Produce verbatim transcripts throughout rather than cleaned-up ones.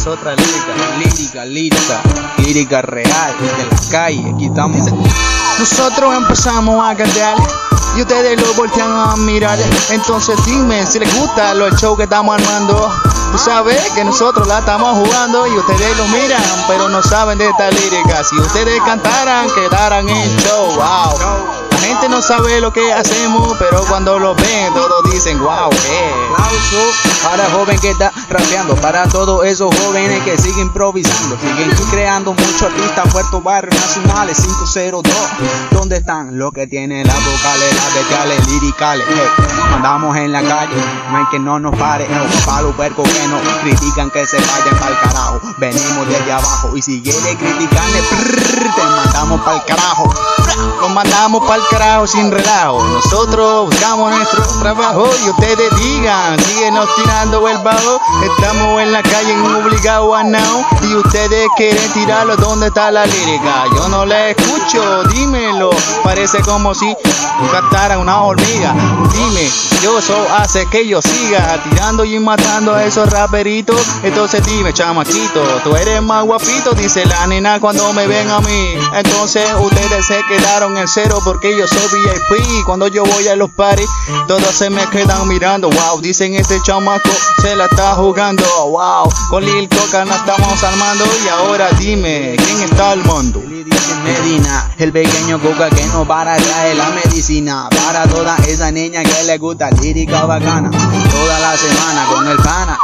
es otra lírica, lírica, lírica, lírica real, de la calle, aquí estamos. Nosotros empezamos a cantar y ustedes lo voltean a mirar. Entonces dime si les gusta lo el show que estamos armando. Tú sabes que nosotros la estamos jugando y ustedes lo miran, pero no saben de esta lírica. Si ustedes cantaran, quedaran en show. Wow. La gente no sabe lo que hacemos, pero cuando lo ven, todos dicen wow, eh. Aplauso para el joven que está rapeando, para todos esos jóvenes que siguen improvisando, siguen creando muchos artistas, puertos, barrios nacionales, cinco cero dos. ¿Dónde están los que tienen las vocales, las bestiales, liricales? Hey, andamos en la calle, no hay que no nos pare, no, para los puercos que nos critican que se vayan pa'l carajo. Venimos desde abajo y si quieren criticarle, prrr, te mandamos pa'l carajo. Nos mandamos pa'l carajo sin relajo. Nosotros buscamos nuestro trabajo y ustedes digan, síguenos tirando el bajo. Estamos en la calle en un obligado a now y ustedes quieren tirarlo. ¿Dónde está la lírica? Yo no la escucho, dímelo. Parece como si cantara una hormiga. Dime, yo eso hace que yo siga tirando y matando a esos raperitos. Entonces dime, chamaquito, tú eres más guapito, dice la nena cuando me ven a mí. Entonces ustedes se quedaron en cero porque yo soy V I P. Cuando yo voy a los parties, todos se me quedan mirando. Wow, dicen este chamaco se la está jugando. Wow, con Lil Coca nos estamos armando. Y ahora dime, ¿quién está al mando? Medina, el pequeño Coca que no para traer la medicina para toda esa niña que le gusta lírica bacana. Toda la semana con el pana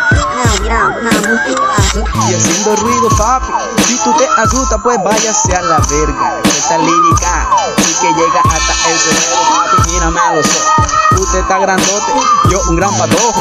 y haciendo ruido, papi. Si tú te asustas, pues váyase a la verga. Esta lírica sí que llega hasta el cerebro, papi. Mírame a los ojos. Usted está grandote, yo un gran patojo.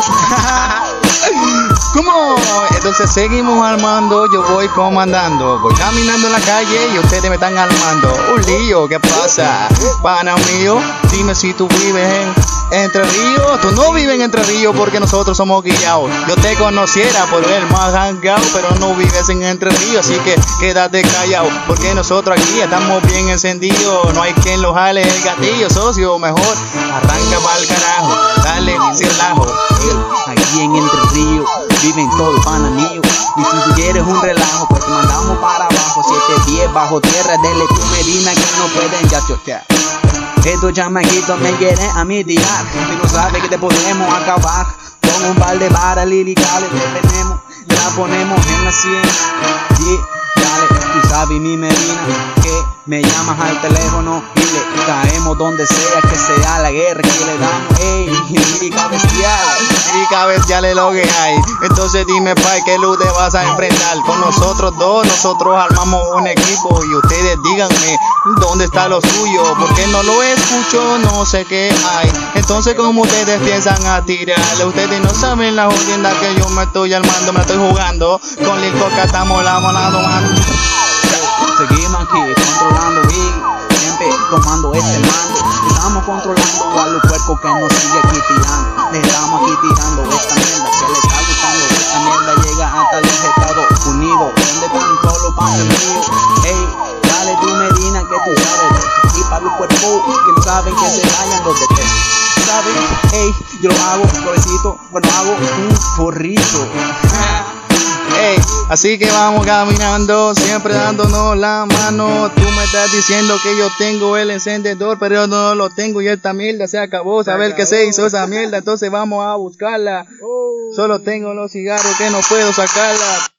¿Cómo? Entonces seguimos armando, yo voy comandando. Voy caminando en la calle y ustedes me están armando un lío, ¿qué pasa? Pana mío, dime si tú vives en Entre Ríos. Tú no vives en Entre Ríos porque nosotros somos guiados. Yo te conociera por el más hangao, pero no vives en Entre Ríos, así que quédate callado, porque nosotros aquí estamos bien encendidos. No hay quien lo jale el gatillo, socio, mejor arranca pa'l carajo, dale sin relajo. Aquí en Entre Ríos viven todos los panas míos. Y si tú quieres un relajo, pues te mandamos para abajo. Siete pies bajo tierra, dele tu Medina que no pueden ya chotear. Estos chamaquitos me quieren a mí tirar. Si no sabes que te podemos acabar con un par de varas liricales que tenemos, te la ponemos en la cien. Yeah, dale, tú sabes mi Medina, que me llamas al teléfono y le caemos donde sea que sea la guerra que le damos. Ey, lírica bestial, lírica bestial es lo que hay. Entonces dime, pa, ¿qué luz te vas a enfrentar? Con nosotros dos, nosotros armamos un equipo y ustedes díganme, ¿dónde está lo suyo? Porque no lo escucho, no sé qué hay. Entonces, ¿cómo ustedes piensan a tirarle? Ustedes no saben la jodienda que yo me estoy armando, me estoy jugando. Con Lil Coca estamos la volando, man. Seguimos aquí controlando Big, siempre tomando este mando. Estamos controlando a los puercos que nos sigue aquí tirando. Le estamos aquí tirando esta mierda que le está gustando. Esta mierda llega hasta los Estados Unidos, donde están todos los panes míos. Ey, dale tu Medina que tú sabes de esto. Y para los puercos que no saben que se vayan los detesto. ¿Sabes? Ey, yo lo hago suavecito, bueno hago un porrito. Ey, así que vamos caminando, siempre dándonos la mano. Tú me estás diciendo que yo tengo el encendedor, pero yo no lo tengo y esta mierda se acabó. Saber que se hizo esa mierda, entonces vamos a buscarla. Solo tengo los cigarros que no puedo sacarla.